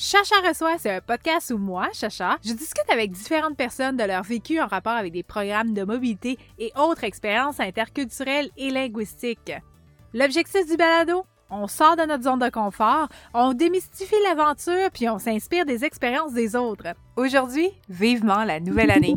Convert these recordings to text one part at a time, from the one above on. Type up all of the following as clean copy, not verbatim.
Chacha reçoit, c'est un podcast où moi, Chacha, je discute avec différentes personnes de leur vécu en rapport avec des programmes de mobilité et autres expériences interculturelles et linguistiques. L'objectif du balado? On sort de notre zone de confort, on démystifie l'aventure puis on s'inspire des expériences des autres. Aujourd'hui, vivement la nouvelle année!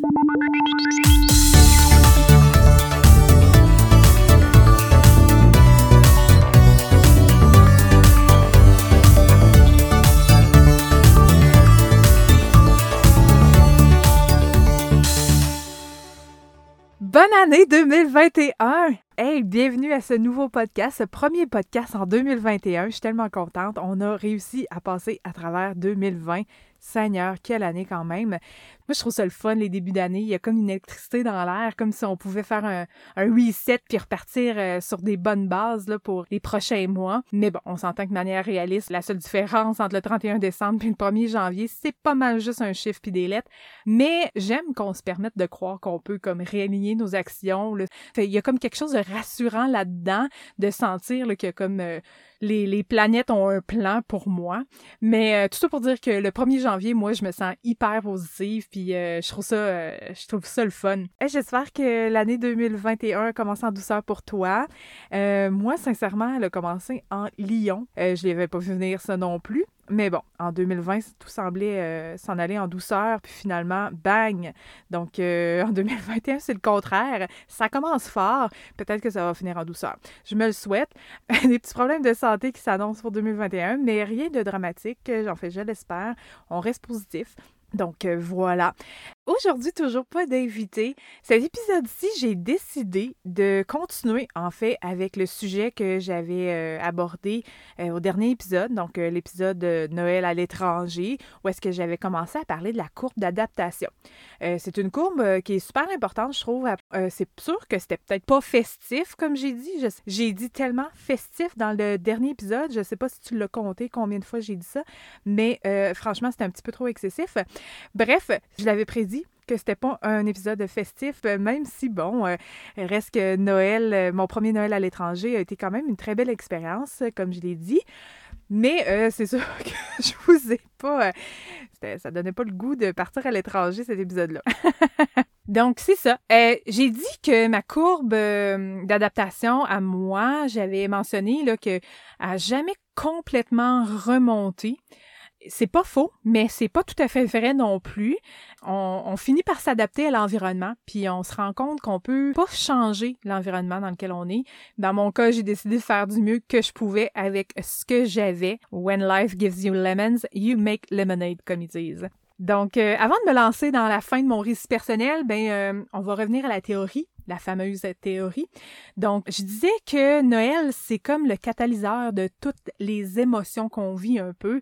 Bonne année 2021! Hey, bienvenue à ce nouveau podcast, ce premier podcast en 2021. Je suis tellement contente. On a réussi à passer à travers 2020. Seigneur, quelle année quand même! Moi, je trouve ça le fun, les débuts d'année. Il y a comme une électricité dans l'air, comme si on pouvait faire un reset puis repartir sur des bonnes bases là, pour les prochains mois. Mais bon, on s'entend que de manière réaliste, la seule différence entre le 31 décembre et le 1er janvier, c'est pas mal juste un chiffre puis des lettres. Mais j'aime qu'on se permette de croire qu'on peut comme réaligner nos actions. Là. Il y a comme quelque chose de rassurant là-dedans, de sentir là, que comme les planètes ont un plan pour moi. Mais tout ça pour dire que le 1er janvier, moi, je me sens hyper positive, puis je trouve ça le fun. J'espère que l'année 2021 a commencé en douceur pour toi. Moi, sincèrement, elle a commencé en Lyon. Je l'avais pas vu venir ça non plus. Mais bon, en 2020, tout semblait s'en aller en douceur, puis finalement, bang! Donc, en 2021, c'est le contraire. Ça commence fort, peut-être que ça va finir en douceur. Je me le souhaite. Des petits problèmes de santé qui s'annoncent pour 2021, mais rien de dramatique. Je l'espère. On reste positif. Donc, voilà. Aujourd'hui, toujours pas d'invité. Cet épisode-ci, j'ai décidé de continuer, en fait, avec le sujet que j'avais abordé au dernier épisode, donc l'épisode de Noël à l'étranger, où est-ce que j'avais commencé à parler de la courbe d'adaptation. C'est une courbe qui est super importante, je trouve. C'est sûr que c'était peut-être pas festif, comme j'ai dit. J'ai dit tellement festif dans le dernier épisode. Je sais pas si tu l'as compté, combien de fois j'ai dit ça, mais franchement, c'était un petit peu trop excessif. Bref, je l'avais prédit que c'était pas un épisode festif, même si, bon, reste que Noël, mon premier Noël à l'étranger a été quand même une très belle expérience, comme je l'ai dit. Mais c'est sûr que je vous ai pas... ça donnait pas le goût de partir à l'étranger, cet épisode-là. Donc, c'est ça. J'ai dit que ma courbe d'adaptation à moi, j'avais mentionné là, qu'elle n'a jamais complètement remonté. C'est pas faux, mais c'est pas tout à fait vrai non plus. On finit par s'adapter à l'environnement, puis on se rend compte qu'on peut pas changer l'environnement dans lequel on est. Dans mon cas, j'ai décidé de faire du mieux que je pouvais avec ce que j'avais. When life gives you lemons, you make lemonade, comme ils disent. Donc, avant de me lancer dans la fin de mon récit personnel, on va revenir à la théorie. La fameuse théorie. Donc, je disais que Noël, c'est comme le catalyseur de toutes les émotions qu'on vit un peu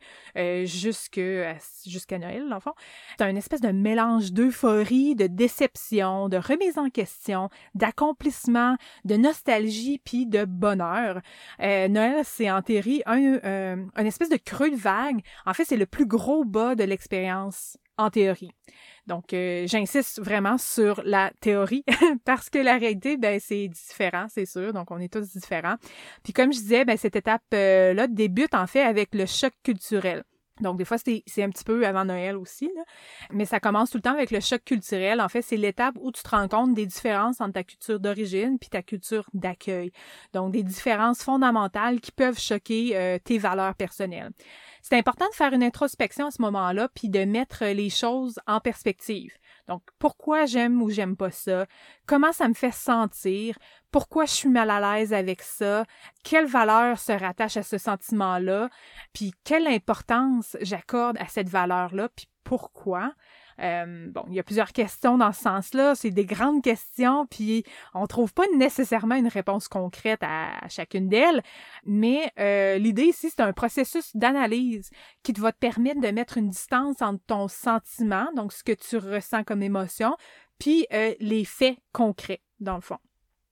jusqu'à Noël, dans le fond. C'est un espèce de mélange d'euphorie, de déception, de remise en question, d'accomplissement, de nostalgie puis de bonheur. Noël, c'est en théorie un espèce de creux de vague. En fait, c'est le plus gros bas de l'expérience en théorie. Donc, j'insiste vraiment sur la théorie parce que la réalité, c'est différent, c'est sûr. Donc, on est tous différents. Puis, comme je disais, cette étape-là débute en fait avec le choc culturel. Donc, des fois, c'est un petit peu avant Noël aussi, là. Mais ça commence tout le temps avec le choc culturel. En fait, c'est l'étape où tu te rends compte des différences entre ta culture d'origine puis ta culture d'accueil. Donc, des différences fondamentales qui peuvent choquer tes valeurs personnelles. C'est important de faire une introspection à ce moment-là puis de mettre les choses en perspective. Donc, pourquoi j'aime ou j'aime pas ça? Comment ça me fait sentir? Pourquoi je suis mal à l'aise avec ça? Quelle valeur se rattache à ce sentiment-là? Puis, quelle importance j'accorde à cette valeur-là? Puis, pourquoi? Il y a plusieurs questions dans ce sens-là. C'est des grandes questions, puis on trouve pas nécessairement une réponse concrète à chacune d'elles. Mais l'idée ici, c'est un processus d'analyse qui va te permettre de mettre une distance entre ton sentiment, donc ce que tu ressens comme émotion, puis les faits concrets, dans le fond.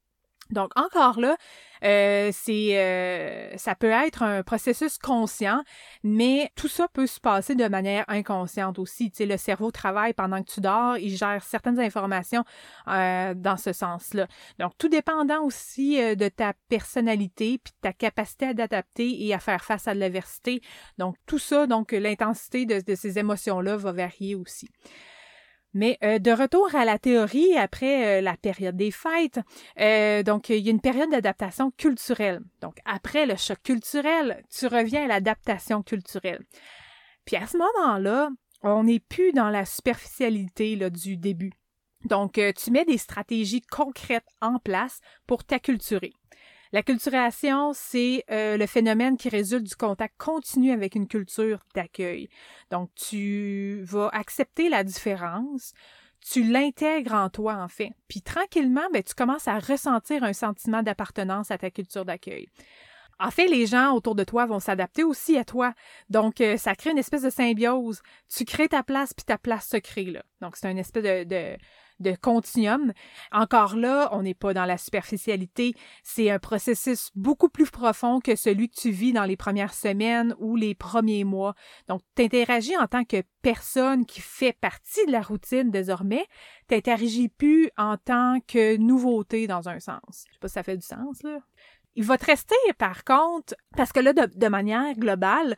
Donc, encore là, ça peut être un processus conscient, mais tout ça peut se passer de manière inconsciente aussi. Tu sais, le cerveau travaille pendant que tu dors, il gère certaines informations dans ce sens-là. Donc, tout dépendant aussi de ta personnalité, puis de ta capacité à t'adapter et à faire face à l'adversité. Donc, tout ça, donc l'intensité de ces émotions-là va varier aussi. Mais de retour à la théorie, après la période des fêtes, donc il y a une période d'adaptation culturelle. Donc après le choc culturel, tu reviens à l'adaptation culturelle. Puis à ce moment-là, on n'est plus dans la superficialité là, du début. Donc tu mets des stratégies concrètes en place pour t'acculturer. L'acculturation, c'est le phénomène qui résulte du contact continu avec une culture d'accueil. Donc, tu vas accepter la différence, tu l'intègres en toi, en fait. Puis tranquillement, tu commences à ressentir un sentiment d'appartenance à ta culture d'accueil. En fait, les gens autour de toi vont s'adapter aussi à toi. Donc, ça crée une espèce de symbiose. Tu crées ta place, puis ta place se crée, là. Donc, c'est une espèce de continuum. Encore là, on n'est pas dans la superficialité. C'est un processus beaucoup plus profond que celui que tu vis dans les premières semaines ou les premiers mois. Donc, tu interagis en tant que personne qui fait partie de la routine désormais. Tu n'interagis plus en tant que nouveauté dans un sens. Je sais pas si ça fait du sens, là. Il va te rester, par contre, parce que là, de manière globale,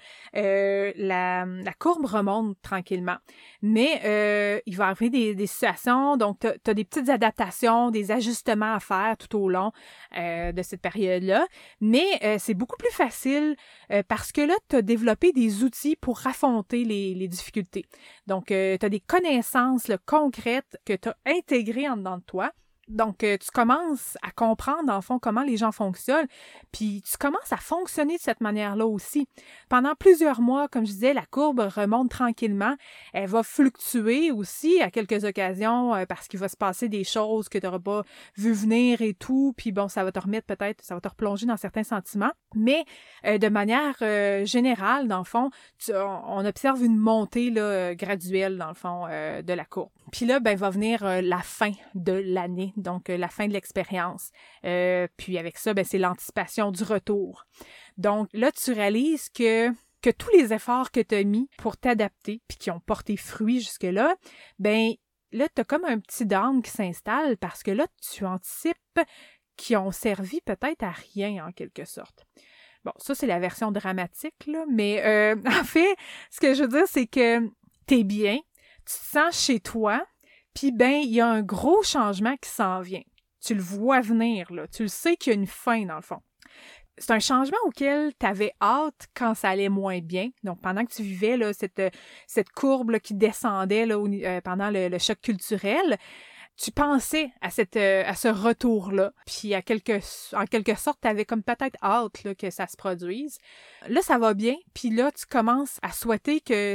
la courbe remonte tranquillement. Mais il va arriver des situations, donc tu as des petites adaptations, des ajustements à faire tout au long de cette période-là. Mais c'est beaucoup plus facile parce que là, tu as développé des outils pour affronter les difficultés. Donc, tu as des connaissances là, concrètes que tu as intégrées en dedans de toi. Donc, tu commences à comprendre, dans le fond, comment les gens fonctionnent, puis tu commences à fonctionner de cette manière-là aussi. Pendant plusieurs mois, comme je disais, la courbe remonte tranquillement. Elle va fluctuer aussi à quelques occasions parce qu'il va se passer des choses que tu n'auras pas vu venir et tout, puis bon, ça va te remettre peut-être, ça va te replonger dans certains sentiments. Mais de manière générale, dans le fond, on observe une montée là, graduelle, dans le fond, de la courbe. Puis là, va venir la fin de l'année, donc la fin de l'expérience. Puis avec ça, c'est l'anticipation du retour. Donc là, tu réalises que tous les efforts que tu as mis pour t'adapter, puis qui ont porté fruit jusque-là, là, tu as comme un petit down qui s'installe parce que là, tu anticipes qu'ils ont servi peut-être à rien, en quelque sorte. Bon, ça, c'est la version dramatique, là, mais en fait, ce que je veux dire, c'est que t'es bien, tu te sens chez toi, puis il y a un gros changement qui s'en vient. Tu le vois venir, là. Tu le sais qu'il y a une fin, dans le fond. C'est un changement auquel tu avais hâte quand ça allait moins bien. Donc, pendant que tu vivais là, cette courbe là, qui descendait là, pendant le choc culturel, tu pensais à ce retour-là. Puis, en quelque sorte, tu avais comme peut-être hâte là, que ça se produise. Là, ça va bien. Puis là, tu commences à souhaiter que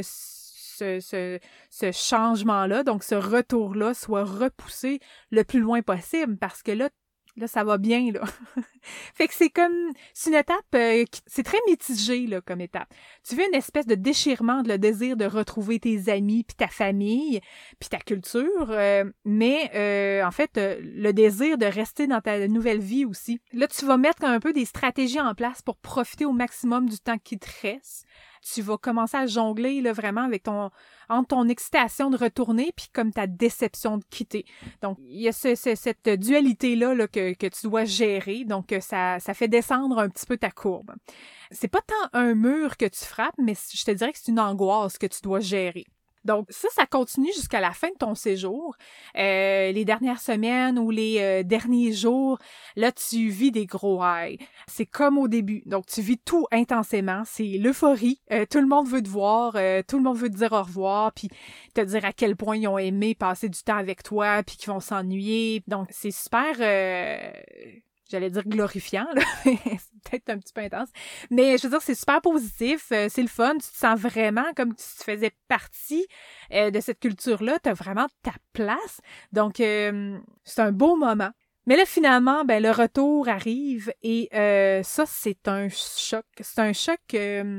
ce changement-là, donc ce retour-là, soit repoussé le plus loin possible parce que là, ça va bien, là. Fait que c'est une étape c'est très mitigé, là, comme étape. Tu veux une espèce de déchirement de le désir de retrouver tes amis, puis ta famille, puis ta culture, mais en fait, le désir de rester dans ta nouvelle vie aussi. Là, tu vas mettre un peu des stratégies en place pour profiter au maximum du temps qui te reste. Tu vas commencer à jongler là, vraiment avec entre ton excitation de retourner puis comme ta déception de quitter. Donc, il y a cette dualité-là là, que tu dois gérer. Donc, ça fait descendre un petit peu ta courbe. C'est pas tant un mur que tu frappes, mais je te dirais que c'est une angoisse que tu dois gérer. Donc, ça continue jusqu'à la fin de ton séjour. Les dernières semaines ou les derniers jours, là, tu vis des gros highs. C'est comme au début. Donc, tu vis tout intensément. C'est l'euphorie. Tout le monde veut te voir. Tout le monde veut te dire au revoir. Puis te dire à quel point ils ont aimé passer du temps avec toi. Puis qu'ils vont s'ennuyer. Donc, c'est super... j'allais dire glorifiant, là. C'est peut-être un petit peu intense. Mais je veux dire, c'est super positif, c'est le fun, tu te sens vraiment comme si tu faisais partie de cette culture-là, tu as vraiment ta place. Donc, c'est un beau moment. Mais là, finalement, le retour arrive et ça, c'est un choc. C'est un choc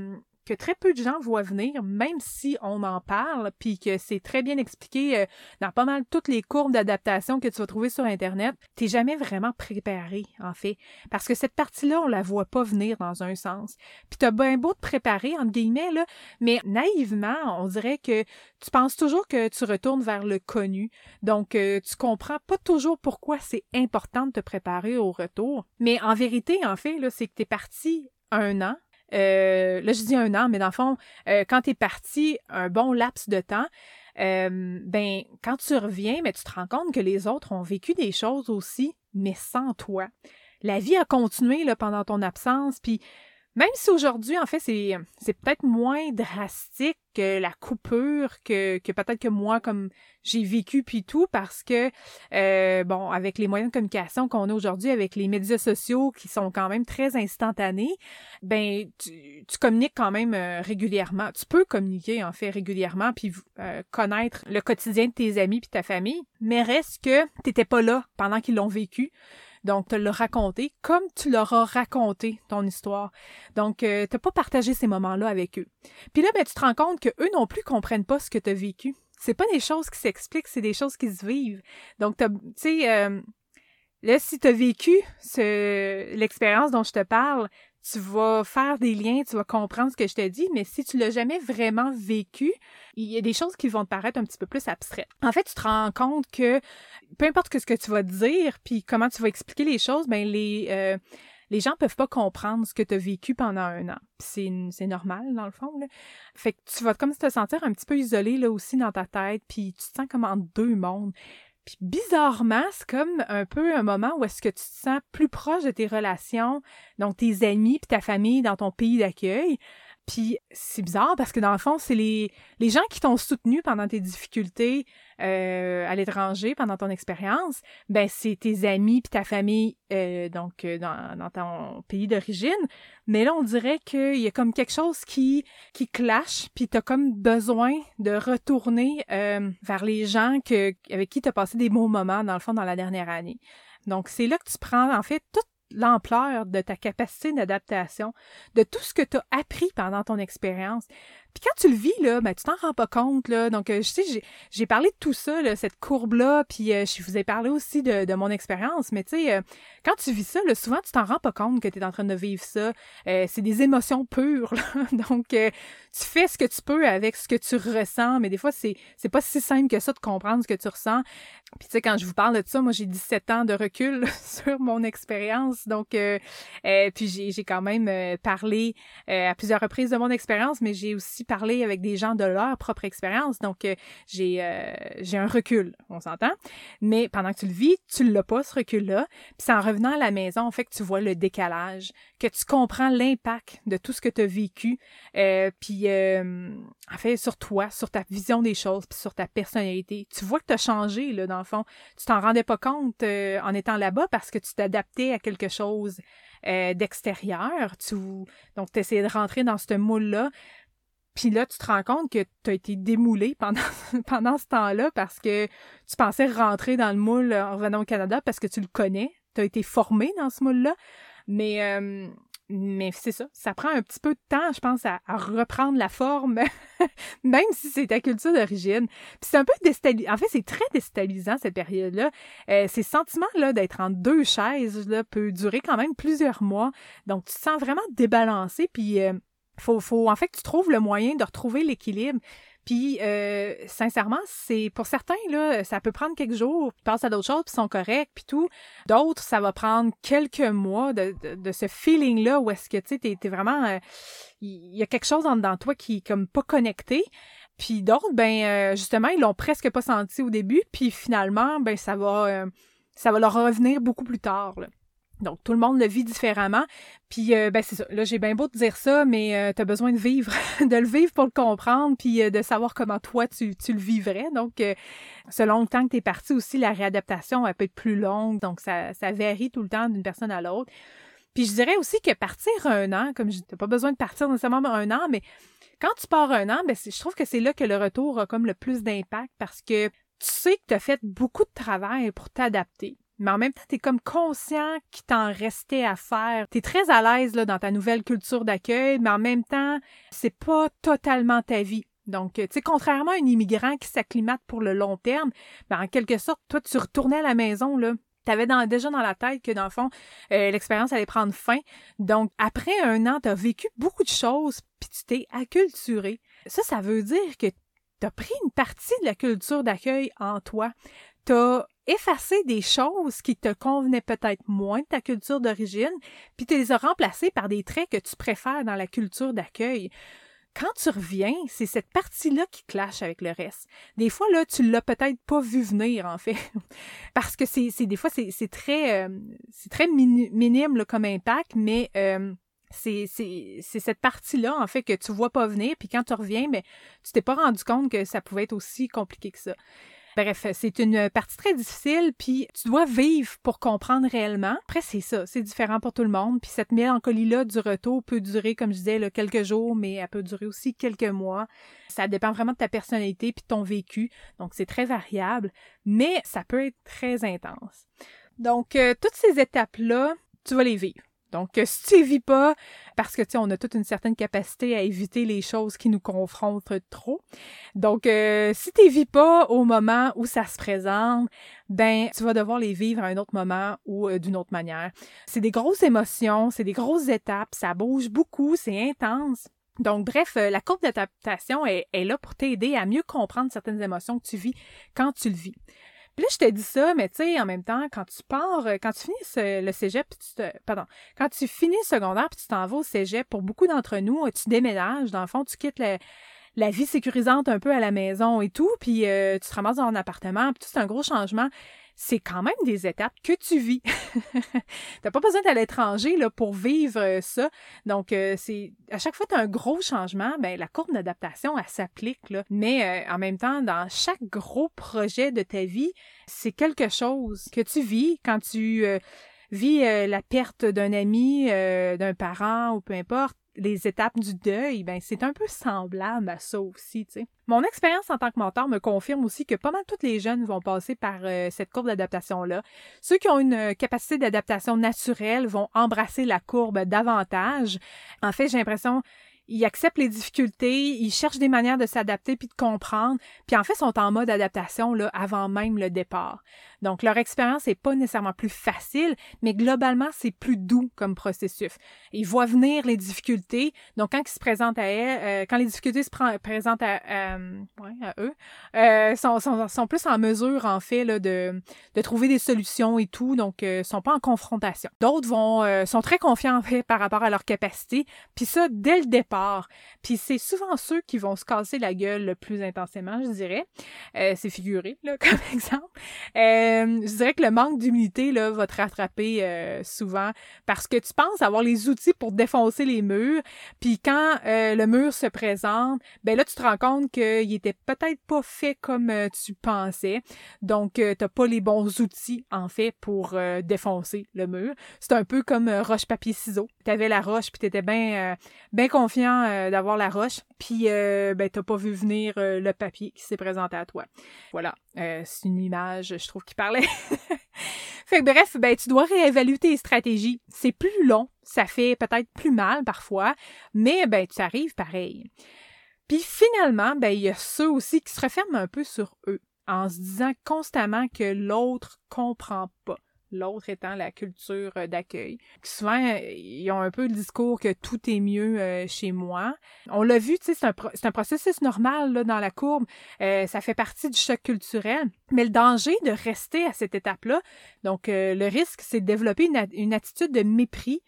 que très peu de gens voient venir, même si on en parle, puis que c'est très bien expliqué dans pas mal toutes les courbes d'adaptation que tu vas trouver sur Internet, t'es jamais vraiment préparé, en fait. Parce que cette partie-là, on la voit pas venir dans un sens. Puis t'as bien beau te préparer, entre guillemets, là, mais naïvement, on dirait que tu penses toujours que tu retournes vers le connu. Donc, tu comprends pas toujours pourquoi c'est important de te préparer au retour. Mais en vérité, en fait, là, c'est que t'es parti 1 an. Là, je dis 1 an, mais dans le fond, quand t'es parti un bon laps de temps, ben, quand tu reviens, mais tu te rends compte que les autres ont vécu des choses aussi, mais sans toi. La vie a continué là, pendant ton absence, puis même si aujourd'hui, en fait, c'est peut-être moins drastique que la coupure que peut-être que moi, comme j'ai vécu puis tout, parce que, bon, avec les moyens de communication qu'on a aujourd'hui, avec les médias sociaux qui sont quand même très instantanés, ben, tu communiques quand même régulièrement. Tu peux communiquer, en fait, régulièrement puis connaître le quotidien de tes amis puis ta famille, mais reste que t'étais pas là pendant qu'ils l'ont vécu. Donc, te le raconter comme tu leur as raconté ton histoire. Donc, t'as pas partagé ces moments-là avec eux. Puis là, ben, tu te rends compte qu'eux non plus comprennent pas ce que tu as vécu. C'est pas des choses qui s'expliquent, c'est des choses qui se vivent. Donc, tu sais, là, si tu as vécu l'expérience dont je te parle, tu vas faire des liens, tu vas comprendre ce que je te dis, mais si tu l'as jamais vraiment vécu, il y a des choses qui vont te paraître un petit peu plus abstraites. En fait, tu te rends compte que peu importe ce que tu vas dire, puis comment tu vas expliquer les choses, ben les gens peuvent pas comprendre ce que tu as vécu pendant 1 an. C'est normal, dans le fond, là. Fait que tu vas comme te sentir un petit peu isolé, là, aussi, dans ta tête, puis tu te sens comme en deux mondes. Puis bizarrement, c'est comme un peu un moment où est-ce que tu te sens plus proche de tes relations, donc tes amis puis ta famille dans ton pays d'accueil. Puis c'est bizarre parce que dans le fond, c'est les gens qui t'ont soutenu pendant tes difficultés à l'étranger, pendant ton expérience, ben c'est tes amis puis ta famille dans ton pays d'origine. Mais là, on dirait qu'il y a comme quelque chose qui clash, puis t'as comme besoin de retourner vers les gens avec qui t'as passé des bons moments, dans le fond, dans la dernière année. Donc, c'est là que tu prends, en fait, toute l'ampleur de ta capacité d'adaptation, de tout ce que tu as appris pendant ton expérience. Puis quand tu le vis, là, ben, tu t'en rends pas compte, là. Donc, je sais, j'ai parlé de tout ça, là, cette courbe-là, puis je vous ai parlé aussi de mon expérience, mais tu sais, quand tu vis ça, là, souvent, tu t'en rends pas compte que tu es en train de vivre ça. C'est des émotions pures, là. Donc, tu fais ce que tu peux avec ce que tu ressens, mais des fois, c'est pas si simple que ça de comprendre ce que tu ressens. Puis, tu sais, quand je vous parle de ça, moi, j'ai 17 ans de recul sur mon expérience, donc, puis j'ai quand même parlé à plusieurs reprises de mon expérience, mais j'ai aussi parlé avec des gens de leur propre expérience, donc j'ai un recul, on s'entend, mais pendant que tu le vis, tu l'as pas, ce recul-là, puis c'est en revenant à la maison, en fait, que tu vois le décalage, que tu comprends l'impact de tout ce que tu as vécu, puis en fait, sur toi, sur ta vision des choses, puis sur ta personnalité. Tu vois que tu as changé, là, dans le fond. Tu t'en rendais pas compte en étant là-bas parce que tu t'adaptais à quelque chose d'extérieur. Donc, tu essayais de rentrer dans ce moule-là. Puis là, tu te rends compte que tu as été démoulé pendant ce temps-là parce que tu pensais rentrer dans le moule en revenant au Canada parce que tu le connais. Tu as été formé dans ce moule-là. Mais c'est ça. Ça prend un petit peu de temps, je pense, à reprendre la forme, même si c'est ta culture d'origine. Puis c'est un peu déstabilisant. En fait, c'est très déstabilisant, cette période-là. Ces sentiments-là d'être en deux chaises, là, peut durer quand même plusieurs mois. Donc, tu te sens vraiment débalancé, puis faut en fait que tu trouves le moyen de retrouver l'équilibre. Puis, sincèrement, c'est pour certains, là, ça peut prendre quelques jours, ils passent à d'autres choses, puis sont corrects, puis tout. D'autres, ça va prendre quelques mois de ce feeling-là où est-ce que, tu sais, t'es vraiment... Il y a quelque chose en dedans de toi qui est comme pas connecté. Puis d'autres, ben justement, ils l'ont presque pas senti au début, puis finalement, ben ça va leur revenir beaucoup plus tard, là. Donc, tout le monde le vit différemment. Puis, ben c'est ça. Là, j'ai bien beau te dire ça, mais t'as besoin de vivre, de le vivre pour le comprendre, puis de savoir comment toi, tu le vivrais. Donc, selon le temps que t'es parti aussi, la réadaptation, elle peut être plus longue. Donc, ça varie tout le temps d'une personne à l'autre. Puis, je dirais aussi que partir 1 an, comme je t'as pas besoin de partir nécessairement 1 an, mais quand tu pars 1 an, ben je trouve que c'est là que le retour a comme le plus d'impact parce que tu sais que t'as fait beaucoup de travail pour t'adapter. mais en même temps, tu es comme conscient qu'il t'en restait à faire. Tu es très à l'aise là, dans ta nouvelle culture d'accueil, mais en même temps, c'est pas totalement ta vie. Donc, tu sais, contrairement à un immigrant qui s'acclimate pour le long terme, ben, en quelque sorte, toi, tu retournais à la maison, là. Tu avais déjà dans la tête que, dans le fond, l'expérience allait prendre fin. Donc, après 1 an, tu as vécu beaucoup de choses, puis tu t'es acculturé. Ça veut dire que tu as pris une partie de la culture d'accueil en toi. Tu as effacé des choses qui te convenaient peut-être moins de ta culture d'origine, puis tu les as remplacées par des traits que tu préfères dans la culture d'accueil. Quand tu reviens, c'est cette partie-là qui clash avec le reste. Des fois, là, tu l'as peut-être pas vu venir, en fait. Parce que des fois, c'est très minime là, comme impact, mais c'est cette partie-là, en fait, que tu vois pas venir. Puis quand tu reviens, mais tu t'es pas rendu compte que ça pouvait être aussi compliqué que ça. Bref, c'est une partie très difficile, puis tu dois vivre pour comprendre réellement. Après, c'est ça, c'est différent pour tout le monde, puis cette mélancolie-là du retour peut durer, comme je disais, là, quelques jours, mais elle peut durer aussi quelques mois. Ça dépend vraiment de ta personnalité puis de ton vécu, donc c'est très variable, mais ça peut être très intense. Donc, toutes ces étapes-là, tu vas les vivre. Donc, si tu les vis pas, parce que, tu sais, on a toute une certaine capacité à éviter les choses qui nous confrontent trop. Donc, si tu les vis pas au moment où ça se présente, ben, tu vas devoir les vivre à un autre moment ou d'une autre manière. C'est des grosses émotions, c'est des grosses étapes, ça bouge beaucoup, c'est intense. Donc, bref, la courbe d'adaptation est là pour t'aider à mieux comprendre certaines émotions que tu vis quand tu le vis. Puis là, je te dis ça, mais tu sais, en même temps, quand tu finis le cégep, quand tu finis le secondaire puis tu t'en vas au cégep, pour beaucoup d'entre nous, tu déménages, dans le fond, tu quittes la vie sécurisante un peu à la maison et tout, puis tu te ramasses dans un appartement, puis tout, c'est un gros changement. C'est quand même des étapes que tu vis. T'as pas besoin d'aller à l'étranger là, pour vivre ça. Donc, c'est à chaque fois que tu as un gros changement, ben la courbe d'adaptation, elle s'applique. Là. Mais en même temps, dans chaque gros projet de ta vie, c'est quelque chose que tu vis quand tu vis la perte d'un ami, d'un parent ou peu importe. Les étapes du deuil, ben c'est un peu semblable à ça aussi, tu sais. Mon expérience en tant que mentor me confirme aussi que pas mal tous les jeunes vont passer par cette courbe d'adaptation-là. Ceux qui ont une capacité d'adaptation naturelle vont embrasser la courbe davantage. En fait, j'ai l'impression ils acceptent les difficultés, ils cherchent des manières de s'adapter puis de comprendre, puis en fait, sont en mode adaptation là, avant même le départ. Donc, leur expérience n'est pas nécessairement plus facile, mais globalement, c'est plus doux comme processus. Ils voient venir les difficultés, donc quand ils se présentent à elles, quand les difficultés se présentent à eux, sont plus en mesure, en fait, là, de trouver des solutions et tout, donc sont pas en confrontation. D'autres sont très confiants, en fait, par rapport à leur capacité, puis ça, dès le départ. Puis c'est souvent ceux qui vont se casser la gueule le plus intensément, je dirais. C'est figuré, là, comme exemple. Je dirais que le manque d'humilité, là, va te rattraper souvent parce que tu penses avoir les outils pour défoncer les murs, puis quand le mur se présente, ben là, tu te rends compte qu'il était peut-être pas fait comme tu pensais. Donc, t'as pas les bons outils, en fait, pour défoncer le mur. C'est un peu comme roche-papier-ciseaux. T'avais la roche, puis t'étais bien confiant d'avoir la roche, puis ben t'as pas vu venir le papier qui s'est présenté à toi. Voilà, c'est une image, je trouve, qui parlait. Fait que bref, ben tu dois réévaluer tes stratégies. C'est plus long, ça fait peut-être plus mal parfois, mais ben tu arrives pareil. Puis finalement, ben il y a ceux aussi qui se referment un peu sur eux, en se disant constamment que l'autre comprend pas. L'autre étant la culture d'accueil. Souvent, ils ont un peu le discours que tout est mieux chez moi. On l'a vu, tu sais, c'est un processus normal là, dans la courbe. Ça fait partie du choc culturel. Mais le danger de rester à cette étape-là, donc le risque, c'est de développer une attitude de mépris.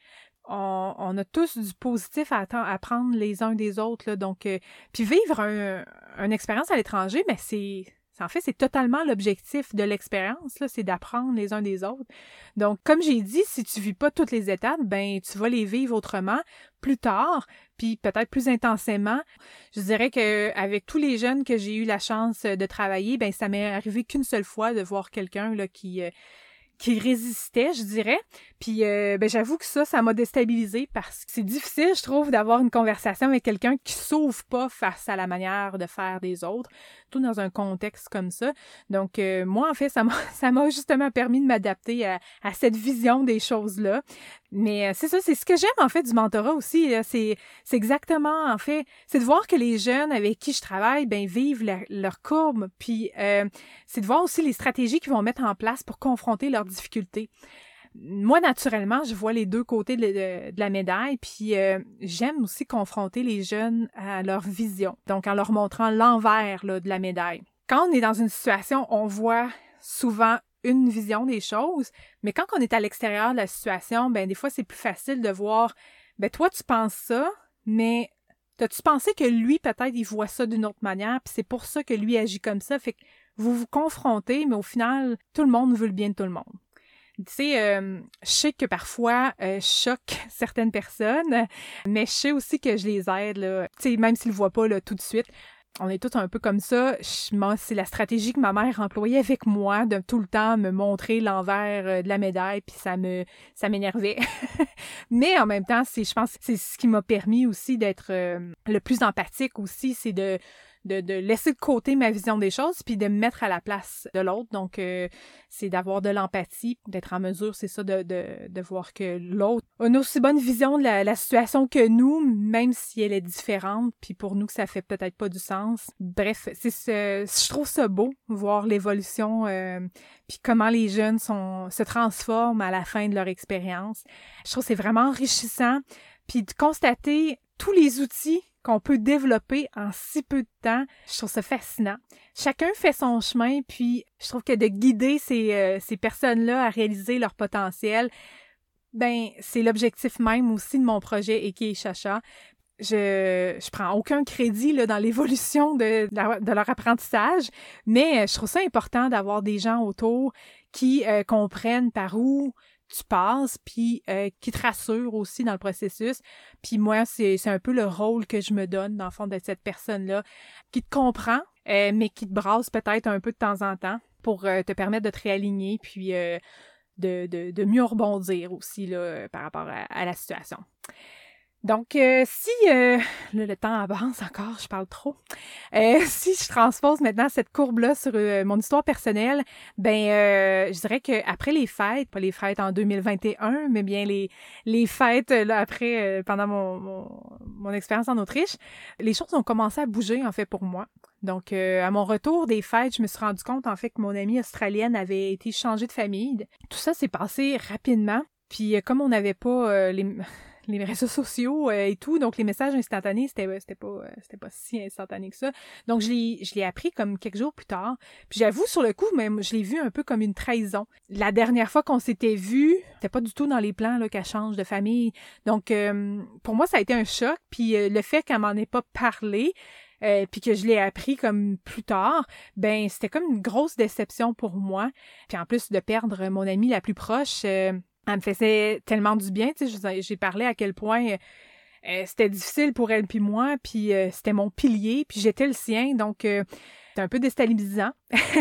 On a tous du positif à apprendre les uns des autres. Là, donc, puis vivre une expérience à l'étranger, mais en fait, c'est totalement l'objectif de l'expérience, là, c'est d'apprendre les uns des autres. Donc, comme j'ai dit, si tu vis pas toutes les étapes, ben tu vas les vivre autrement, plus tard, puis peut-être plus intensément. Je dirais que avec tous les jeunes que j'ai eu la chance de travailler, ben ça m'est arrivé qu'une seule fois de voir quelqu'un là qui qui résistait, je dirais. Puis j'avoue que ça m'a déstabilisée parce que c'est difficile, je trouve, d'avoir une conversation avec quelqu'un qui s'ouvre pas face à la manière de faire des autres, tout dans un contexte comme ça. Donc moi, en fait, ça m'a justement permis de m'adapter à cette vision des choses-là. Mais c'est ça, c'est ce que j'aime en fait du mentorat aussi, là. C'est exactement, en fait, c'est de voir que les jeunes avec qui je travaille, vivent leur courbe, puis c'est de voir aussi les stratégies qu'ils vont mettre en place pour confronter leurs difficultés. Moi, naturellement, je vois les deux côtés de la médaille, puis j'aime aussi confronter les jeunes à leur vision, donc en leur montrant l'envers là, de la médaille. Quand on est dans une situation, on voit souvent une vision des choses, mais quand on est à l'extérieur de la situation, des fois, c'est plus facile de voir, toi, tu penses ça, mais t'as-tu pensé que lui, peut-être, il voit ça d'une autre manière, puis c'est pour ça que lui agit comme ça, fait que vous vous confrontez, mais au final, tout le monde veut le bien de tout le monde. Tu sais, je sais que parfois, je choque certaines personnes, mais je sais aussi que je les aide, là, tu sais, même s'ils le voient pas, là, tout de suite. On est tous un peu comme ça. C'est la stratégie que ma mère employait avec moi, de tout le temps me montrer l'envers de la médaille, puis ça m'énervait. Mais en même temps, je pense que c'est ce qui m'a permis aussi d'être le plus empathique aussi, c'est de laisser de côté ma vision des choses puis de me mettre à la place de l'autre. Donc, c'est d'avoir de l'empathie, d'être en mesure, c'est ça, de voir que l'autre a une aussi bonne vision de la situation que nous, même si elle est différente, puis pour nous, que ça fait peut-être pas du sens. Bref, je trouve ça beau, voir l'évolution, puis comment les jeunes se transforment à la fin de leur expérience. Je trouve que c'est vraiment enrichissant, puis de constater tous les outils qu'on peut développer en si peu de temps, je trouve ça fascinant. Chacun fait son chemin, puis je trouve que de guider ces personnes-là à réaliser leur potentiel, c'est l'objectif même aussi de mon projet Eke Chacha. Je prends aucun crédit là, dans l'évolution de leur apprentissage, mais je trouve ça important d'avoir des gens autour qui comprennent par où tu passes, puis qui te rassure aussi dans le processus. Puis moi, c'est un peu le rôle que je me donne, dans le fond, de cette personne-là, qui te comprend, mais qui te brasse peut-être un peu de temps en temps pour te permettre de te réaligner, puis de mieux rebondir aussi là, par rapport à la situation. Donc, si le temps avance encore, je parle trop. Si je transpose maintenant cette courbe-là sur mon histoire personnelle, je dirais que après les fêtes, pas les fêtes en 2021, mais bien les fêtes là après, pendant mon expérience en Autriche, les choses ont commencé à bouger en fait pour moi. Donc, à mon retour des fêtes, je me suis rendu compte en fait que mon amie australienne avait été changée de famille. Tout ça s'est passé rapidement. Puis, comme on n'avait pas les réseaux sociaux et tout, donc les messages instantanés, c'était pas si instantané que ça. Donc, je l'ai appris comme quelques jours plus tard. Puis j'avoue, sur le coup, même, je l'ai vu un peu comme une trahison. La dernière fois qu'on s'était vus, c'était pas du tout dans les plans là, qu'elle change de famille. Donc, pour moi, ça a été un choc. Puis le fait qu'elle m'en ait pas parlé, puis que je l'ai appris comme plus tard, c'était comme une grosse déception pour moi. Puis en plus de perdre mon amie la plus proche, elle me faisait tellement du bien, tu sais, j'ai parlé à quel point c'était difficile pour elle puis moi, puis c'était mon pilier, puis j'étais le sien, donc c'était un peu déstabilisant.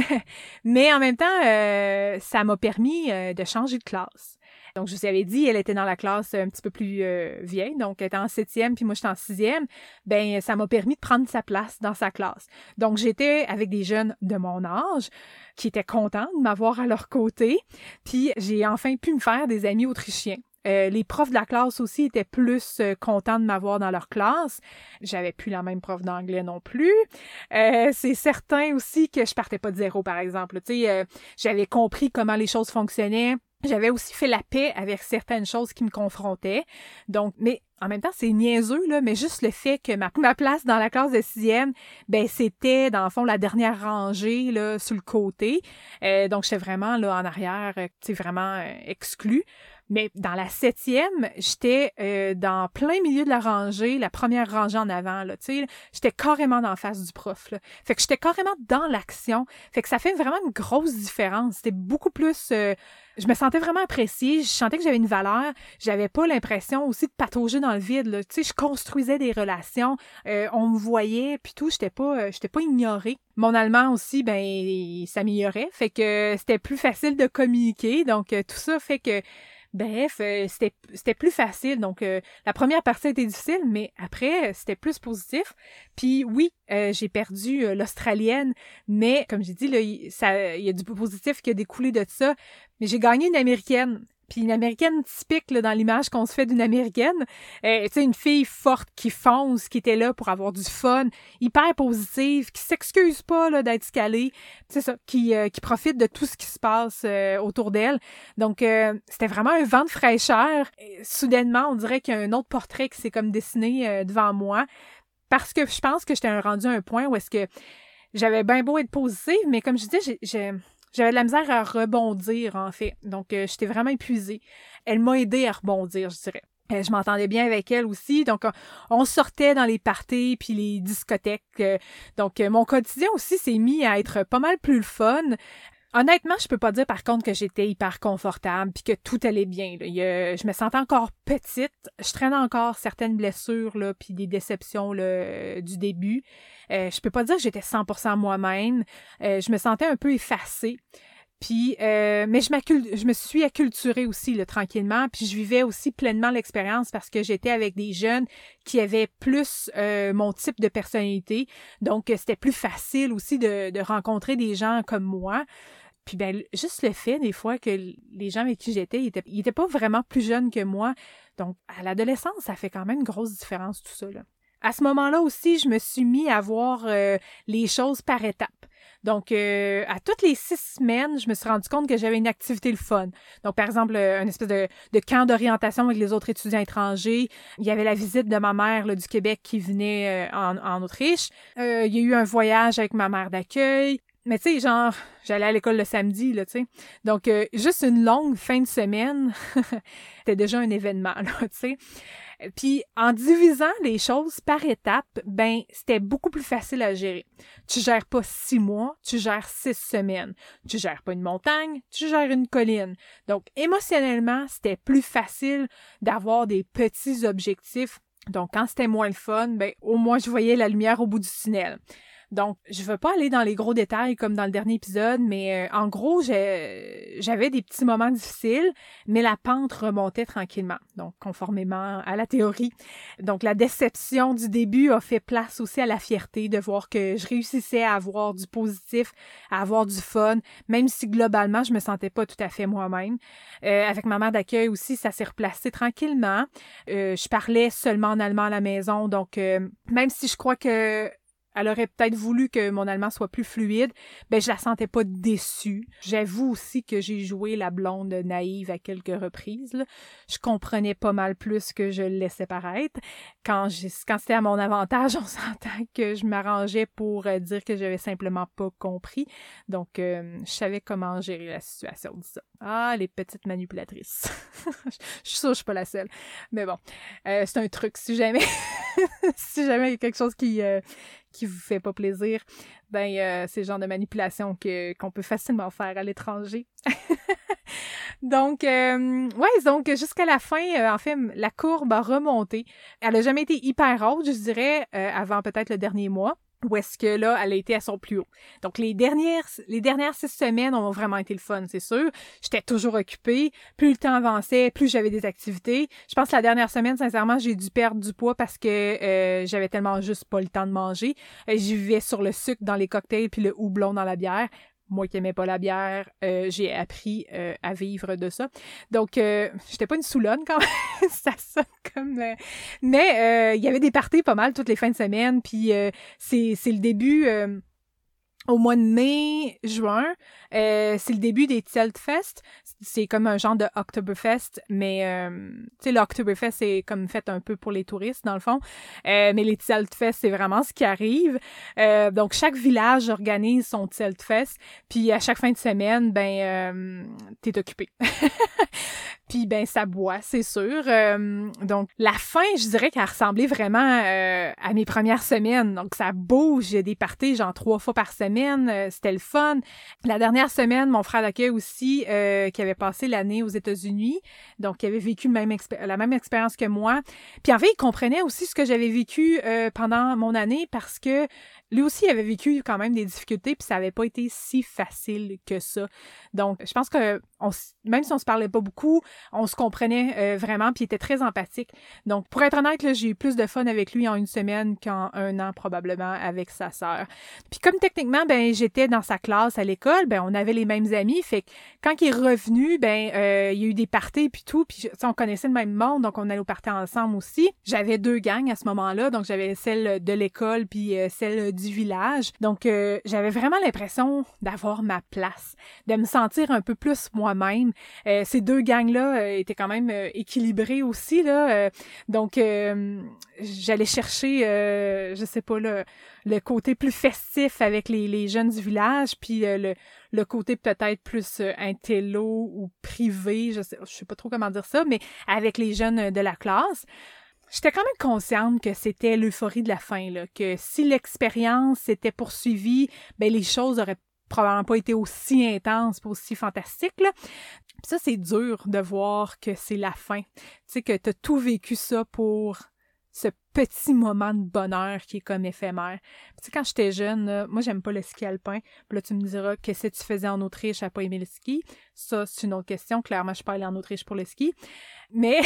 Mais en même temps, ça m'a permis de changer de classe. Donc, je vous avais dit, elle était dans la classe un petit peu plus vieille, donc elle était en 7e, puis moi, j'étais en 6e. Ça m'a permis de prendre sa place dans sa classe. Donc, j'étais avec des jeunes de mon âge qui étaient contents de m'avoir à leur côté, puis j'ai enfin pu me faire des amis autrichiens. Les profs de la classe aussi étaient plus contents de m'avoir dans leur classe. J'avais plus la même prof d'anglais non plus. C'est certain aussi que je partais pas de zéro, par exemple. Tu sais, j'avais compris comment les choses fonctionnaient. J'avais aussi fait la paix avec certaines choses qui me confrontaient. Donc, mais en même temps, c'est niaiseux, là, mais juste le fait que ma place dans la classe de 6e, c'était, dans le fond, la dernière rangée, là, sur le côté. Donc, j'étais vraiment, là, en arrière, tu sais, vraiment exclue. Mais dans la 7e, j'étais dans plein milieu de la rangée, la première rangée en avant, là, tu sais. J'étais carrément dans la face du prof, là. Fait que j'étais carrément dans l'action. Fait que ça fait vraiment une grosse différence. C'était beaucoup plus... je me sentais vraiment appréciée. Je sentais que j'avais une valeur. J'avais pas l'impression aussi de patauger dans le vide, là. Tu sais, je construisais des relations. On me voyait, puis tout. J'étais pas ignorée. Mon allemand aussi, ben, il s'améliorait. Fait que c'était plus facile de communiquer. Donc, tout ça fait que... Bref, c'était plus facile. Donc, la première partie était difficile, mais après, c'était plus positif. Puis oui, j'ai perdu l'Australienne, mais comme j'ai dit, là, il y a du positif qui a découlé de ça. Mais j'ai gagné une Américaine. Puis une Américaine typique là, dans l'image qu'on se fait d'une Américaine. Tu sais, une fille forte qui fonce, qui était là pour avoir du fun, hyper positive, qui s'excuse pas là, d'être scalée, c'est ça, qui profite de tout ce qui se passe autour d'elle. Donc, c'était vraiment un vent de fraîcheur. Et, soudainement, on dirait qu'il y a un autre portrait qui s'est comme dessiné devant moi. Parce que je pense que j'étais rendu à un point où est-ce que j'avais bien beau être positive, mais comme je disais, j'avais de la misère à rebondir, en fait. Donc, j'étais vraiment épuisée. Elle m'a aidée à rebondir, je dirais. Je m'entendais bien avec elle aussi. Donc, on sortait dans les parties puis les discothèques. Donc, mon quotidien aussi s'est mis à être pas mal plus le fun. Honnêtement, je peux pas dire par contre que j'étais hyper confortable puis que tout allait bien. Là. Je me sentais encore petite. Je traînais encore certaines blessures là, puis des déceptions là, du début. Je peux pas dire que j'étais 100% moi-même. Je me sentais un peu effacée. Puis, mais je me suis acculturée aussi là, tranquillement, puis je vivais aussi pleinement l'expérience parce que j'étais avec des jeunes qui avaient plus mon type de personnalité, donc c'était plus facile aussi de rencontrer des gens comme moi. Puis ben juste le fait des fois que les gens avec qui j'étais, ils étaient pas vraiment plus jeunes que moi, donc à l'adolescence, ça fait quand même une grosse différence tout ça là. À ce moment-là aussi, je me suis mis à voir les choses par étapes. Donc, à toutes les 6 semaines, je me suis rendu compte que j'avais une activité le fun. Donc, par exemple, une espèce de camp d'orientation avec les autres étudiants étrangers. Il y avait la visite de ma mère là, du Québec qui venait en Autriche. Il y a eu un voyage avec ma mère d'accueil. Mais tu sais, genre, j'allais à l'école le samedi, là, tu sais. Donc, juste une longue fin de semaine, c'était déjà un événement, là, tu sais. Puis, en divisant les choses par étapes, ben, c'était beaucoup plus facile à gérer. Tu gères pas 6 mois, tu gères 6 semaines. Tu gères pas une montagne, tu gères une colline. Donc, émotionnellement, c'était plus facile d'avoir des petits objectifs. Donc, quand c'était moins le fun, ben, au moins, je voyais la lumière au bout du tunnel. Donc, je veux pas aller dans les gros détails comme dans le dernier épisode, mais en gros, j'avais des petits moments difficiles, mais la pente remontait tranquillement, donc conformément à la théorie. Donc, la déception du début a fait place aussi à la fierté de voir que je réussissais à avoir du positif, à avoir du fun, même si globalement, je me sentais pas tout à fait moi-même. Avec ma mère d'accueil aussi, ça s'est replacé tranquillement. Je parlais seulement en allemand à la maison, donc même si je crois que elle aurait peut-être voulu que mon allemand soit plus fluide, ben je la sentais pas déçue. J'avoue aussi que j'ai joué la blonde naïve à quelques reprises, là. Je comprenais pas mal plus que je le laissais paraître. Quand c'était à mon avantage, on s'entend que je m'arrangeais pour dire que j'avais simplement pas compris. Donc, je savais comment gérer la situation, dis ça. Ah, les petites manipulatrices. Je suis sûre que je suis pas la seule. Mais bon, c'est un truc. Si jamais il y a quelque chose qui vous fait pas plaisir, ben c'est le genre de manipulation qu'on peut facilement faire à l'étranger. Donc, donc jusqu'à la fin, en fait, la courbe a remonté. Elle a jamais été hyper haute, je dirais, avant peut-être le dernier mois. Où est-ce que là, elle a été à son plus haut. Donc, les dernières 6 semaines ont vraiment été le fun, c'est sûr. J'étais toujours occupée. Plus le temps avançait, plus j'avais des activités. Je pense que la dernière semaine, sincèrement, j'ai dû perdre du poids parce que j'avais tellement juste pas le temps de manger. J'y vivais sur le sucre dans les cocktails puis le houblon dans la bière. Moi qui aimais pas la bière, j'ai appris à vivre de ça. Donc, j'étais pas une saoulonne quand même, ça sonne comme... mais il y avait des parties pas mal toutes les fins de semaine, puis c'est le début... au mois de mai, juin, c'est le début des Zeltfest. C'est comme un genre de Oktoberfest, mais tu sais, l'Oktoberfest, c'est comme fait un peu pour les touristes, dans le fond. Mais les Zeltfest, c'est vraiment ce qui arrive. Donc, chaque village organise son Zeltfest, puis à chaque fin de semaine, ben, t'es occupé. Puis ben ça boit, c'est sûr. Donc la fin, je dirais qu'elle ressemblait vraiment à mes premières semaines. Donc ça bouge, il y a des parties genre 3 fois par semaine, c'était le fun. La dernière semaine, mon frère d'accueil aussi, qui avait passé l'année aux États-Unis, donc qui avait vécu la même expérience que moi. Puis en fait, il comprenait aussi ce que j'avais vécu pendant mon année parce que lui aussi, il avait vécu quand même des difficultés, puis ça avait pas été si facile que ça. Donc, je pense que même si on se parlait pas beaucoup, on se comprenait vraiment, puis il était très empathique. Donc, pour être honnête, là, j'ai eu plus de fun avec lui en une semaine qu'en un an, probablement, avec sa sœur. Puis comme techniquement, ben j'étais dans sa classe à l'école, ben on avait les mêmes amis, fait que quand il est revenu, ben il y a eu des parties puis tout, puis on connaissait le même monde, donc on allait aux parties ensemble aussi. J'avais 2 gangs à ce moment-là, donc j'avais celle de l'école puis celle du village. Donc j'avais vraiment l'impression d'avoir ma place, de me sentir un peu plus moi-même. Ces 2 gangs-là étaient quand même équilibrés aussi, là. Donc j'allais chercher, je sais pas, le côté plus festif avec les jeunes du village, puis le côté peut-être plus intello ou privé, je sais pas trop comment dire ça, mais avec les jeunes de la classe. J'étais quand même consciente que c'était l'euphorie de la fin, là, que si l'expérience s'était poursuivie, ben les choses auraient probablement pas été aussi intenses, pas aussi fantastiques, là. Puis ça, c'est dur de voir que c'est la fin. Tu sais, que t'as tout vécu ça pour ce petit moment de bonheur qui est comme éphémère. Tu sais, quand j'étais jeune, là, moi, j'aime pas le ski alpin. Puis là, tu me diras, qu'est-ce que tu faisais en Autriche à pas aimer le ski? Ça, c'est une autre question. Clairement, je suis pas allée en Autriche pour le ski. Mais,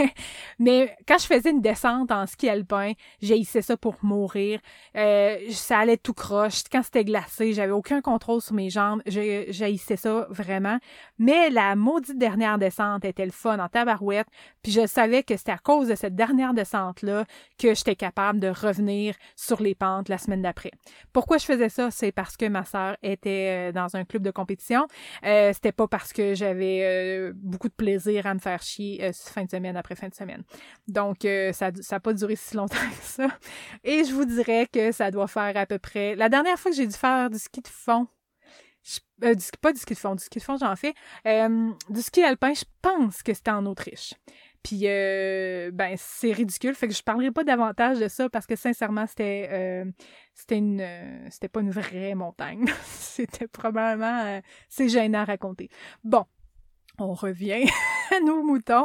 mais quand je faisais une descente en ski alpin, j'haïssais ça pour mourir. Ça allait tout croche. Quand c'était glacé, j'avais aucun contrôle sur mes jambes. J'haïssais ça vraiment. Mais la maudite dernière descente était le fun en tabarouette. Puis je savais que c'était à cause de cette dernière descente-là que j'étais capable de revenir sur les pentes la semaine d'après. Pourquoi je faisais ça? C'est parce que ma sœur était dans un club de compétition. C'était pas parce que j'avais beaucoup de plaisir à me faire chier fin de semaine après fin de semaine. Donc, ça a pas duré si longtemps que ça. Et je vous dirais que ça doit faire à peu près... La dernière fois que j'ai dû faire du ski de fond, pas du ski de fond j'en fais, du ski alpin, je pense que c'était en Autriche. Puis, ben, c'est ridicule, fait que je parlerai pas davantage de ça parce que, sincèrement, c'était pas une vraie montagne. C'était probablement... c'est gênant à raconter. Bon, on revient à nos moutons.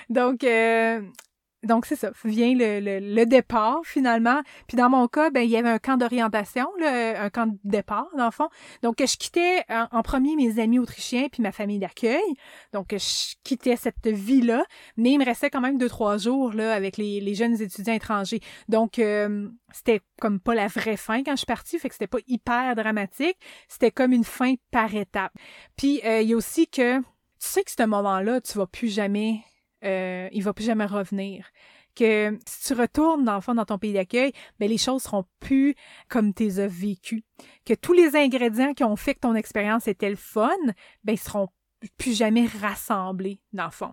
Donc, c'est ça, vient le départ, finalement. Puis dans mon cas, ben il y avait un camp d'orientation, un camp de départ, dans le fond. Donc, je quittais en premier mes amis autrichiens puis ma famille d'accueil. Donc, je quittais cette vie-là, mais il me restait quand même 2-3 jours là avec les jeunes étudiants étrangers. Donc, c'était comme pas la vraie fin quand je suis partie, fait que c'était pas hyper dramatique. C'était comme une fin par étape. Puis, il y a aussi que, tu sais que ce moment-là, tu vas plus jamais... il va plus jamais revenir. Que si tu retournes dans le fond dans ton pays d'accueil, ben les choses seront plus comme tu les as vécues. Que tous les ingrédients qui ont fait que ton expérience était le fun, ben ils seront plus jamais rassemblés dans le fond.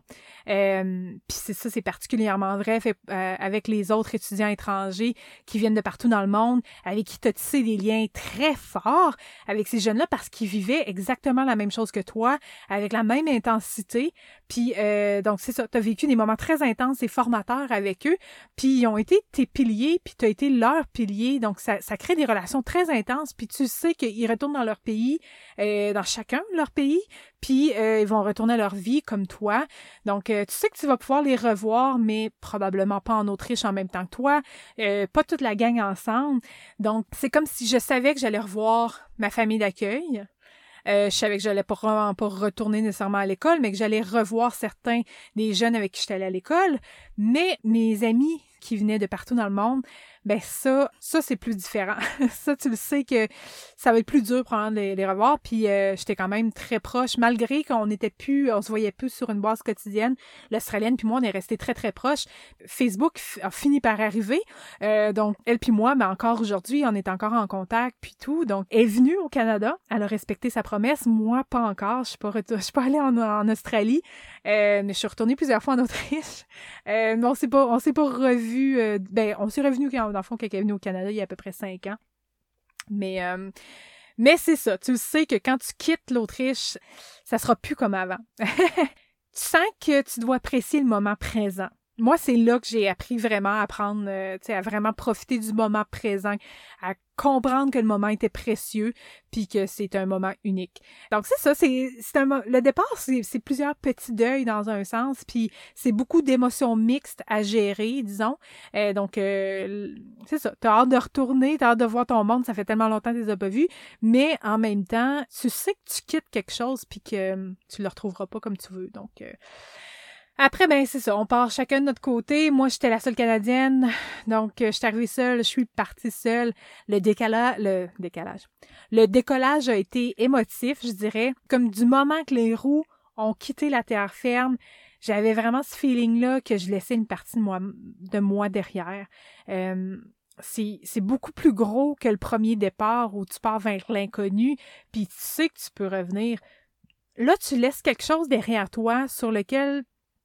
Puis c'est particulièrement vrai avec les autres étudiants étrangers qui viennent de partout dans le monde, avec qui tu as tissé des liens très forts avec ces jeunes-là parce qu'ils vivaient exactement la même chose que toi, avec la même intensité. Puis donc c'est ça, tu as vécu des moments très intenses et formateurs avec eux, puis ils ont été tes piliers, puis tu as été leur pilier, donc ça crée des relations très intenses, puis tu sais qu'ils retournent dans leur pays, dans chacun de leur pays, puis ils vont retourner à leur vie comme toi. Donc, tu sais que tu vas pouvoir les revoir, mais probablement pas en Autriche en même temps que toi. Pas toute la gang ensemble. Donc, c'est comme si je savais que j'allais revoir ma famille d'accueil. Je savais que j'allais probablement pas retourner nécessairement à l'école, mais que j'allais revoir certains des jeunes avec qui j'étais allée à l'école. Mais mes amis qui venaient de partout dans le monde, ben ça c'est plus différent. Ça, tu le sais que ça va être plus dur pour les revoir. Puis j'étais quand même très proche, malgré qu'on se voyait plus sur une base quotidienne. L'Australienne puis moi, on est restés très très proches. Facebook a fini par arriver. Donc elle puis moi, mais encore aujourd'hui, on est encore en contact puis tout. Donc elle est venue au Canada, elle a respecté sa promesse. Moi, pas encore. Je suis pas allée en Australie, mais je suis retournée plusieurs fois en Autriche. Mais on s'est pas revus. On s'est revenus dans le fond quand elle est venue au Canada il y a à peu près 5 ans. Mais c'est ça, tu sais que quand tu quittes l'Autriche, ça sera plus comme avant. tu sens que tu dois apprécier le moment présent. Moi, c'est là que j'ai appris vraiment à prendre, à vraiment profiter du moment présent, à comprendre que le moment était précieux, puis que c'est un moment unique. Donc c'est ça, le départ, c'est plusieurs petits deuils dans un sens, puis c'est beaucoup d'émotions mixtes à gérer, disons. Donc c'est ça, t'as hâte de retourner, t'as hâte de voir ton monde, ça fait tellement longtemps que tu les as pas vus, mais en même temps, tu sais que tu quittes quelque chose, puis que tu le retrouveras pas comme tu veux. Donc après, ben c'est ça, on part chacun de notre côté. Moi, j'étais la seule Canadienne, donc je suis arrivée seule, je suis partie seule. Le décollage a été émotif, je dirais. Comme du moment que les roues ont quitté la terre ferme, j'avais vraiment ce feeling-là que je laissais une partie de moi derrière. C'est beaucoup plus gros que le premier départ où tu pars vers l'inconnu, puis tu sais que tu peux revenir. Là, tu laisses quelque chose derrière toi sur lequel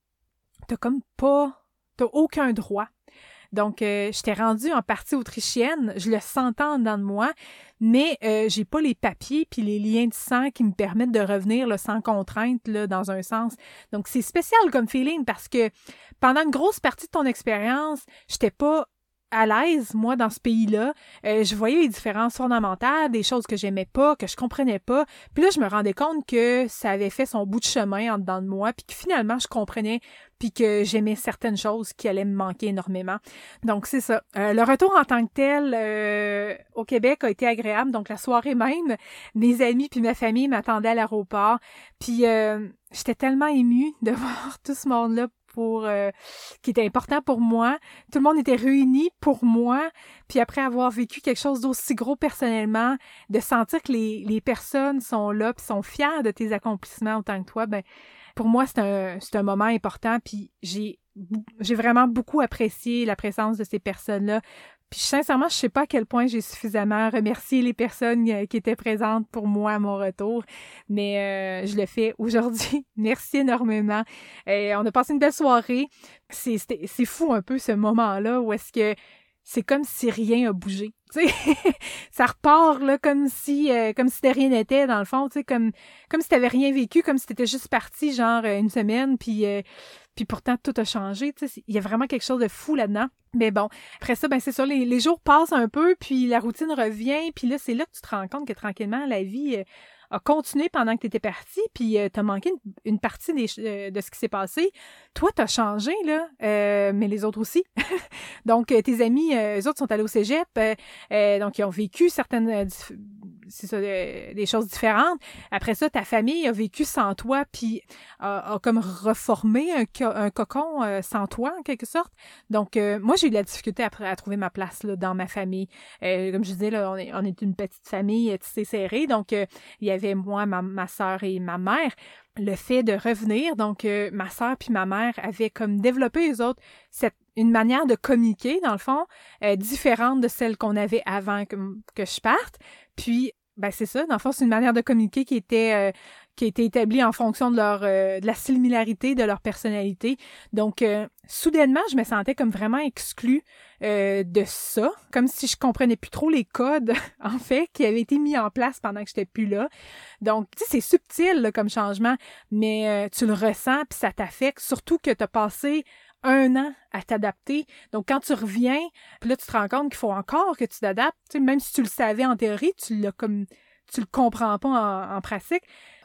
t'as aucun droit. Donc, j'étais rendue en partie autrichienne, je le sentais en dedans de moi, mais j'ai pas les papiers puis les liens de sang qui me permettent de revenir là, sans contrainte, là, dans un sens. Donc, c'est spécial comme feeling parce que pendant une grosse partie de ton expérience, j'étais pas à l'aise, moi, dans ce pays-là. Je voyais les différences fondamentales, des choses que j'aimais pas, que je comprenais pas. Puis là, je me rendais compte que ça avait fait son bout de chemin en dedans de moi, puis que finalement, je comprenais, puis que j'aimais certaines choses qui allaient me manquer énormément. Donc, c'est ça. Le retour en tant que tel au Québec a été agréable. Donc, la soirée même, mes amis puis ma famille m'attendaient à l'aéroport. Puis, j'étais tellement émue de voir tout ce monde-là qui était important pour moi. Tout le monde était réuni pour moi. Puis après avoir vécu quelque chose d'aussi gros personnellement, de sentir que les personnes sont là puis sont fières de tes accomplissements autant que toi, ben pour moi, c'est un moment important. Puis j'ai vraiment beaucoup apprécié la présence de ces personnes-là. Puis sincèrement, je sais pas à quel point j'ai suffisamment remercié les personnes qui étaient présentes pour moi à mon retour, mais je le fais aujourd'hui. Merci énormément. On a passé une belle soirée. C'est fou un peu ce moment-là où est-ce que c'est comme si rien a bougé. Tu sais, ça repart là comme si de rien n'était dans le fond. Tu sais, comme si t'avais rien vécu, comme si t'étais juste parti genre une semaine, puis pourtant tout a changé. Tu sais, il y a vraiment quelque chose de fou là-dedans. Mais bon, après ça, ben c'est ça, les jours passent un peu, puis la routine revient, puis là, c'est là que tu te rends compte que tranquillement, la vie a continué pendant que tu étais parti, puis t'as manqué une partie de ce qui s'est passé. Toi, t'as changé, là, mais les autres aussi. Donc, tes amis, eux autres sont allés au cégep, donc ils ont vécu certaines des choses différentes. Après ça, ta famille a vécu sans toi, puis a comme reformé un cocon sans toi, en quelque sorte. Donc, moi, j'ai eu de la difficulté à trouver ma place là, dans ma famille. Comme je disais, là, on est une petite famille tissée serrée, donc il y avait moi, ma sœur et ma mère. Le fait de revenir, donc ma sœur puis ma mère avaient comme développé, eux autres, une manière de communiquer, dans le fond, différente de celle qu'on avait avant que je parte. Puis, ben c'est ça, dans le fond, c'est une manière de communiquer qui a été établie en fonction de la similarité de leur personnalité. Donc, soudainement, je me sentais comme vraiment exclue de ça, comme si je comprenais plus trop les codes, en fait, qui avaient été mis en place pendant que j'étais plus là. Donc, tu sais, c'est subtil là, comme changement, mais tu le ressens, puis ça t'affecte, surtout que tu as passé 1 an à t'adapter. Donc, quand tu reviens, puis là, tu te rends compte qu'il faut encore que tu t'adaptes. Tu sais, même si tu le savais en théorie, tu le comprends pas en pratique.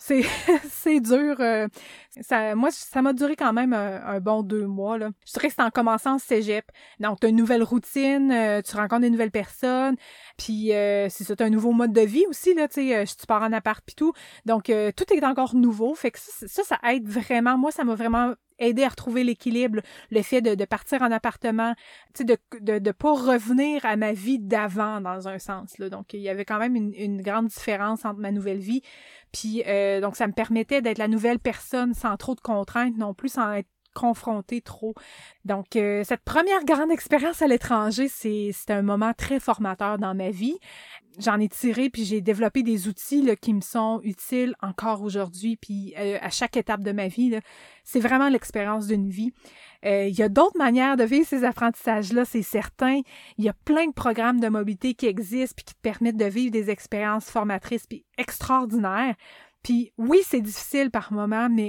C'est dur. Moi, ça m'a duré quand même un bon 2 mois, là. Je dirais que c'est en commençant au cégep. Donc, tu as une nouvelle routine, tu rencontres des nouvelles personnes, puis c'est ça, tu as un nouveau mode de vie aussi, là, tu sais, tu pars en appart puis tout. Donc, tout est encore nouveau. Fait que ça aide vraiment. Moi, ça m'a vraiment aider à retrouver l'équilibre, le fait de partir en appartement, tu sais, de pas revenir à ma vie d'avant, dans un sens, là. Donc, il y avait quand même une grande différence entre ma nouvelle vie, puis donc, ça me permettait d'être la nouvelle personne sans trop de contraintes non plus, sans être confrontée trop. Donc, cette première grande expérience à l'étranger, c'était un moment très formateur dans ma vie. J'en ai tiré, puis j'ai développé des outils là, qui me sont utiles encore aujourd'hui, puis à chaque étape de ma vie. Là, c'est vraiment l'expérience d'une vie. Il y a d'autres manières de vivre ces apprentissages-là, c'est certain. Il y a plein de programmes de mobilité qui existent puis qui te permettent de vivre des expériences formatrices puis extraordinaires. Puis oui, c'est difficile par moments, mais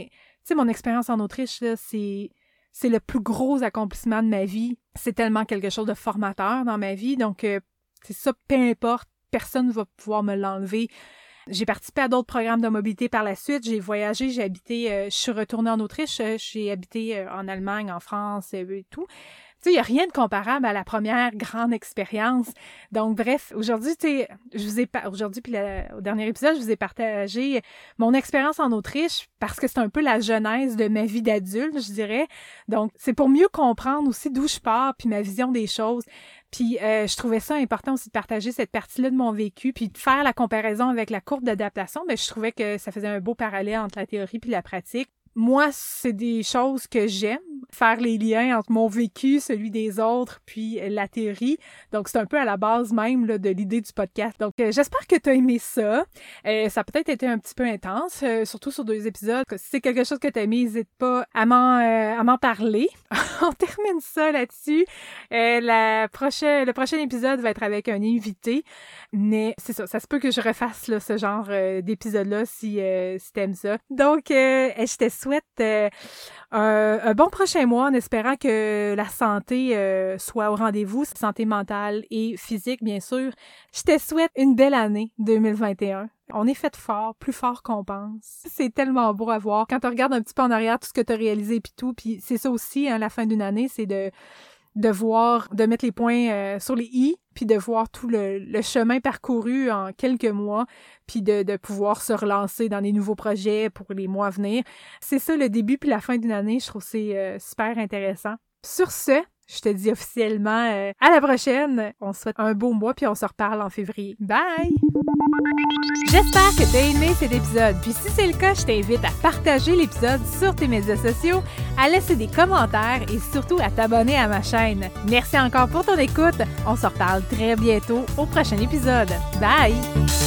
sais, mon expérience en Autriche, là, c'est le plus gros accomplissement de ma vie. C'est tellement quelque chose de formateur dans ma vie. Donc, c'est ça, peu importe, personne ne va pouvoir me l'enlever. J'ai participé à d'autres programmes de mobilité par la suite. J'ai voyagé, j'ai habité, je suis retournée en Autriche, j'ai habité en Allemagne, en France et tout. Tu sais, il n'y a rien de comparable à la première grande expérience. Donc, bref, aujourd'hui, tu sais, aujourd'hui, puis au dernier épisode, je vous ai partagé mon expérience en Autriche parce que c'est un peu la genèse de ma vie d'adulte, je dirais. Donc, c'est pour mieux comprendre aussi d'où je pars puis ma vision des choses. Puis, je trouvais ça important aussi de partager cette partie-là de mon vécu puis de faire la comparaison avec la courbe d'adaptation. Mais je trouvais que ça faisait un beau parallèle entre la théorie puis la pratique. Moi, c'est des choses que j'aime, faire les liens entre mon vécu, celui des autres, puis la théorie. Donc, c'est un peu à la base même là, de l'idée du podcast. Donc, j'espère que tu as aimé ça. Ça a peut-être été un petit peu intense, surtout sur 2 épisodes. Si c'est quelque chose que tu as aimé, n'hésite pas à m'en parler. On termine ça là-dessus. Le prochain épisode va être avec un invité, mais c'est ça se peut que je refasse là, ce genre d'épisode-là si t'aimes ça. Donc, je te souhaite un bon prochain mois en espérant que la santé soit au rendez-vous, santé mentale et physique, bien sûr. Je te souhaite une belle année 2021. On est fait fort, plus fort qu'on pense. C'est tellement beau à voir. Quand tu regardes un petit peu en arrière tout ce que tu as réalisé puis tout, puis c'est ça aussi, hein, la fin d'une année, c'est de voir, de mettre les points sur les i, puis de voir tout le chemin parcouru en quelques mois, puis de pouvoir se relancer dans des nouveaux projets pour les mois à venir. C'est ça le début puis la fin d'une année, je trouve que c'est super intéressant. Sur ce, je te dis officiellement à la prochaine. On se souhaite un beau mois puis on se reparle en février. Bye! J'espère que tu as aimé cet épisode. Puis si c'est le cas, je t'invite à partager l'épisode sur tes médias sociaux, à laisser des commentaires et surtout à t'abonner à ma chaîne. Merci encore pour ton écoute. On se reparle très bientôt au prochain épisode. Bye!